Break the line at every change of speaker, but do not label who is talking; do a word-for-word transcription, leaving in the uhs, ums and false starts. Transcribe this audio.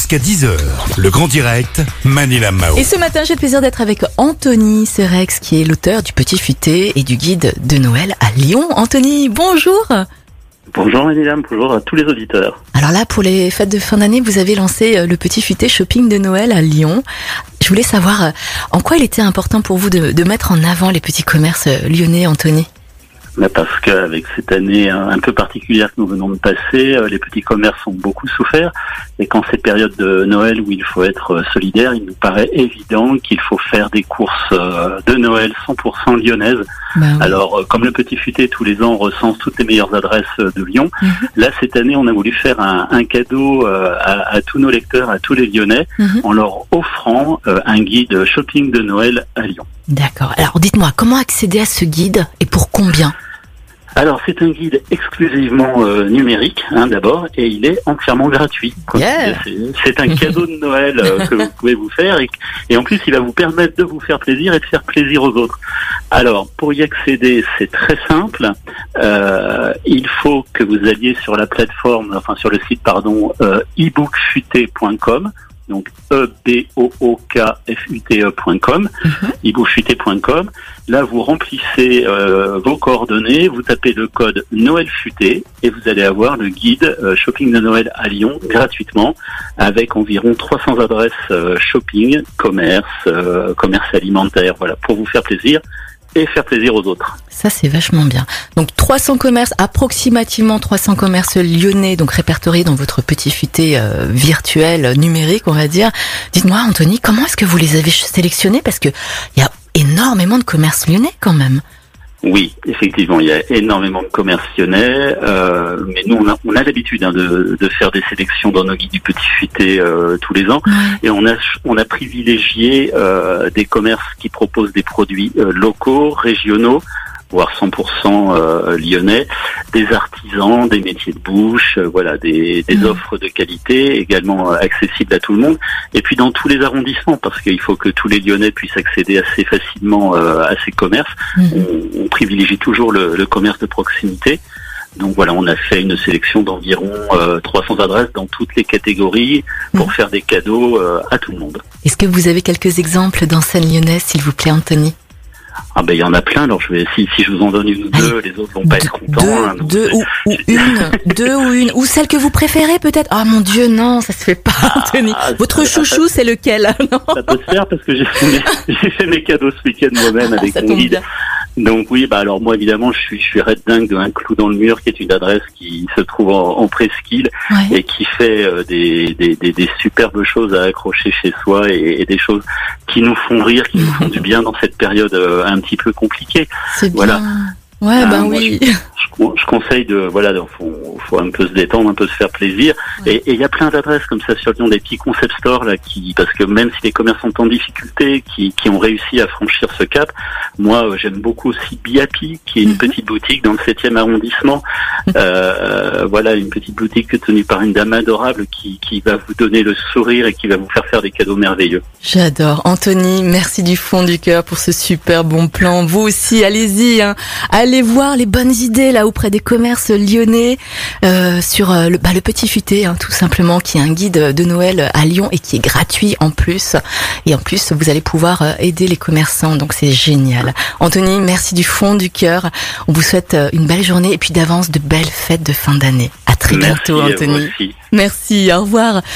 jusqu'à dix heures. Le Grand Direct, Manila Mao.
Et ce matin, j'ai le plaisir d'être avec Anthony Serex, qui est l'auteur du Petit Futé et du guide de Noël à Lyon. Anthony, bonjour.
Bonjour Manila, bonjour à tous les auditeurs.
Alors là, pour les fêtes de fin d'année, vous avez lancé le Petit Futé Shopping de Noël à Lyon. Je voulais savoir en quoi il était important pour vous de, de mettre en avant les petits commerces lyonnais, Anthony.
Parce qu'avec cette année un peu particulière que nous venons de passer, les petits commerces ont beaucoup souffert. Et qu'en cette période de Noël où il faut être solidaire, il nous paraît évident qu'il faut faire des courses de Noël cent pour cent lyonnaises. Ben oui. Alors, comme le Petit Futé, tous les ans, on recense toutes les meilleures adresses de Lyon. Mm-hmm. Là, cette année, on a voulu faire un, un cadeau à, à tous nos lecteurs, à tous les Lyonnais, mm-hmm. en leur offrant un guide shopping de Noël à Lyon.
D'accord. Alors, dites-moi, comment accéder à ce guide et pour combien ?
Alors, c'est un guide exclusivement euh, numérique, hein, d'abord, et il est entièrement gratuit.
Yeah.
C'est, c'est un cadeau de Noël euh, que vous pouvez vous faire, et, et en plus, il va vous permettre de vous faire plaisir et de faire plaisir aux autres. Alors, pour y accéder, c'est très simple. Euh, il faut que vous alliez sur la plateforme, enfin sur le site, pardon, euh, e book futé point com. Donc e b o o k f u t e point com, mm-hmm. e book futé point com. Là, vous remplissez euh, vos coordonnées, vous tapez le code Noël Futé et vous allez avoir le guide euh, shopping de Noël à Lyon gratuitement, avec environ trois cents adresses euh, shopping, commerce, euh, commerce alimentaire, voilà, pour vous faire plaisir et faire plaisir aux autres.
Ça, c'est vachement bien. Donc, trois cents commerces, approximativement trois cents commerces lyonnais, donc répertoriés dans votre Petit Futé euh, virtuel, numérique, on va dire. Dites-moi, Anthony, comment est-ce que vous les avez sélectionnés ? Parce que il y a énormément de commerces lyonnais, quand même.
Oui, effectivement, il y a énormément de commerces lyonnais, euh, mais nous, on a, on a l'habitude hein, de, de faire des sélections dans nos guides du Petit Futé euh, tous les ans, ouais. Et on a, on a privilégié euh, des commerces qui proposent des produits euh, locaux, régionaux, voire cent pour cent euh, lyonnais, des artisans, des métiers de bouche, euh, voilà, des, des mmh. offres de qualité également euh, accessibles à tout le monde. Et puis dans tous les arrondissements, parce qu'il faut que tous les Lyonnais puissent accéder assez facilement euh, à ces commerces. Mmh. On, on privilégie toujours le, le commerce de proximité. Donc voilà, on a fait une sélection d'environ euh, trois cents adresses dans toutes les catégories pour mmh. faire des cadeaux euh, à tout le monde.
Est-ce que vous avez quelques exemples d'enseignes lyonnaises, s'il vous plaît, Anthony ?
Ah ben il y en a plein, alors je vais si si je vous en donne une ou deux, Allez, les autres vont pas être contents.
Deux,
hein,
deux ou, ou une, deux ou une, ou celle que vous préférez peut-être. Ah mon Dieu, non, ça se fait pas, Anthony. Ah, Votre ça, chouchou, ça, c'est lequel ? Non.
Ça peut se faire parce que j'ai fait mes, j'ai fait mes cadeaux ce week-end moi-même avec mon guide. Bien. Donc oui, bah alors moi évidemment je suis je suis red dingue de Un Clou dans le Mur, qui est une adresse qui se trouve en, en presqu'île, ouais. Et qui fait euh, des, des des des superbes choses à accrocher chez soi et, et des choses qui nous font rire, qui nous font du bien dans cette période euh, un petit peu compliquée.
C'est
voilà.
Bien. Ouais, ben
moi,
oui.
Je, je, je conseille de, voilà, faut, faut un peu se détendre, un peu se faire plaisir. Ouais. Et il y a plein d'adresses comme ça sur Lyon, des petits concept stores là, qui, parce que même si les commerces sont en difficulté, qui, qui ont réussi à franchir ce cap. Moi, j'aime beaucoup aussi Biapi, qui est une mm-hmm. petite boutique dans le septième arrondissement. Mm-hmm. Euh, voilà, une petite boutique tenue par une dame adorable qui, qui va vous donner le sourire et qui va vous faire faire des cadeaux merveilleux.
J'adore. Anthony, merci du fond du cœur pour ce super bon plan. Vous aussi, allez-y, hein. Allez voir les bonnes idées là auprès des commerces lyonnais euh, sur euh, le, bah, le Petit Futé, hein, tout simplement, qui est un guide de Noël à Lyon et qui est gratuit en plus. Et en plus, vous allez pouvoir euh, aider les commerçants, donc c'est génial. Anthony, merci du fond du cœur. On vous souhaite euh, une belle journée et puis d'avance de belles fêtes de fin d'année. À très
merci
bientôt, Anthony.
Merci,
au revoir.